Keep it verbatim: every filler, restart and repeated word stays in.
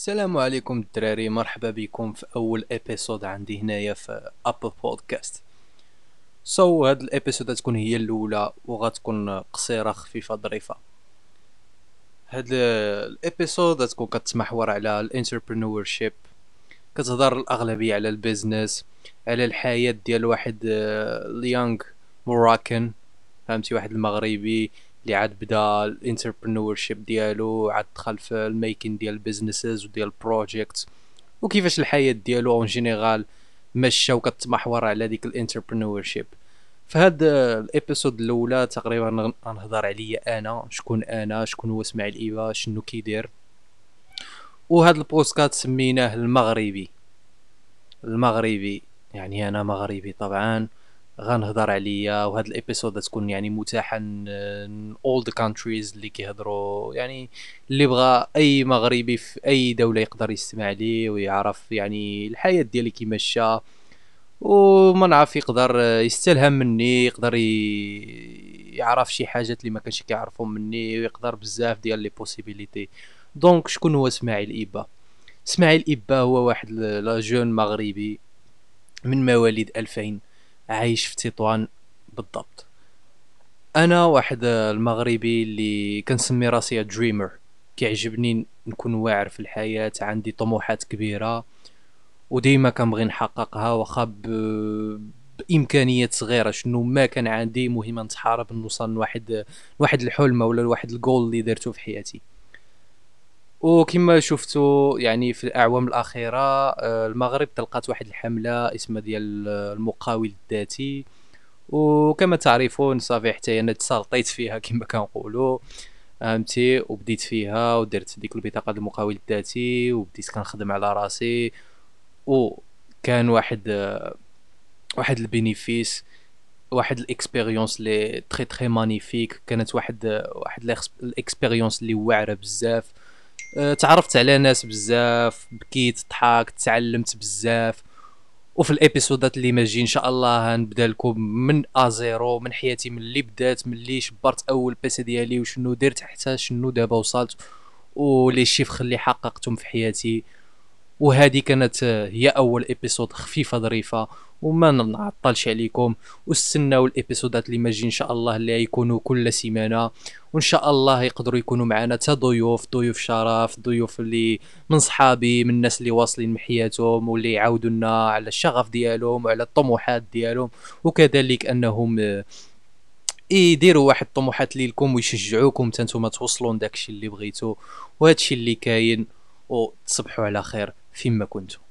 السلام عليكم الدراري، مرحبا بكم في اول ابيسود عندي هنايا في ابل بودكاست. سو so, هاد الابيسود غتكون هي الاولى وغتكون قصيره خفيفه ظريفه. هاد الابيسود غتكون كتمحور على الانتربرينور شيب، كتهضر الاغلبيه على البيزنس، على الحياه ديال واحد اليونغ موراكن، فهمتي، واحد المغربي اللي عاد بدا الانتربرينور شيب ديالو، عاد دخل في الميكين ديال البيزنسز وديال البروجيكت، وكيفاش الحياه ديالو اون جينيرال ماشيه وكتمحور على ديك الانتربرينور شيب. فهاد الابيسود الاولى تقريبا غنهضر عليا انا، شكون انا، شكون هو اسماعيل ايبا، شنو كيدير. وهاد البودكاست سميناه المغربي. المغربي يعني انا مغربي طبعا، غنهضر عليا. وهاد الابيسود تكون يعني متاحه ن all the countries اللي كيهضروا، يعني اللي بغى اي مغربي في اي دوله يقدر يستمع لي ويعرف يعني الحياه ديالي كي ماشيه، وما نعرف يقدر يستلهم مني، يقدر ي... يعرف شي حاجات اللي ما كانش كيعرفهم مني، ويقدر بزاف ديال لي بوسيبيليتي. دونك شكون هو اسماعيل ايبا؟ اسماعيل ايبا هو واحد لا جون مغربي من مواليد ألفين، عايش في تطوان بالضبط. انا واحد المغربي اللي كنسمي راسي دريمر، كيعجبني نكون واعر في الحياة، عندي طموحات كبيرة وديما كنبغي نحققها، واخا ب... بامكانيات صغيره. شنو ما كان عندي مهم نتحارب نوصل لواحد لواحد الحلم ولا لواحد الجول اللي درته في حياتي. وكما شفتوا يعني في الاعوام الاخيره، آه، المغرب تلقات واحد الحمله اسمها ديال آه، المقاول الذاتي. وكما تعرفون صافي حتى انا تسلطيت فيها كما كنقولوا، فهمتي، وبديت فيها ودرت ديك البطاقه ديال المقاول الذاتي وبديت كنخدم على راسي. وكان واحد واحد البينيفيس، واحد الاكسبيريونس لي تري تري مانيفيك. كانت واحد واحد الاكسبيريونس اللي واعره بزاف. أه، تعرفت على ناس بزاف، بكيت، ضحكت، تعلمت بزاف. وفي الابيسودات اللي ما جي ان شاء الله نبدا لكم من ازيرو، من حياتي من اللي بدات، من اللي شبرت اول بيسي ديالي وشنو درت حتى شنو دابا وصلت، ولي شيفخ اللي حققتهم في حياتي. وهذه كانت هي اول ابيسود خفيفه ظريفه، وما نعطلش عليكم. واستناو الابيسودات اللي ما جي ان شاء الله، اللي يكونوا كل سيمانه. وان شاء الله يقدروا يكونوا معنا تا ضيوف ضيوف شرف، ضيوف اللي من صحابي، من الناس اللي واصلين من حياتهم واللي يعاودوا لنا على الشغف ديالهم وعلى الطموحات ديالهم. وكذلك انهم آه، يديروا واحد الطموحات ليكم ويشجعوكم حتى نتوما توصلوا لداكشي اللي بغيتو. وهادشي اللي كاين، وتصبحوا على خير فيما كنتم.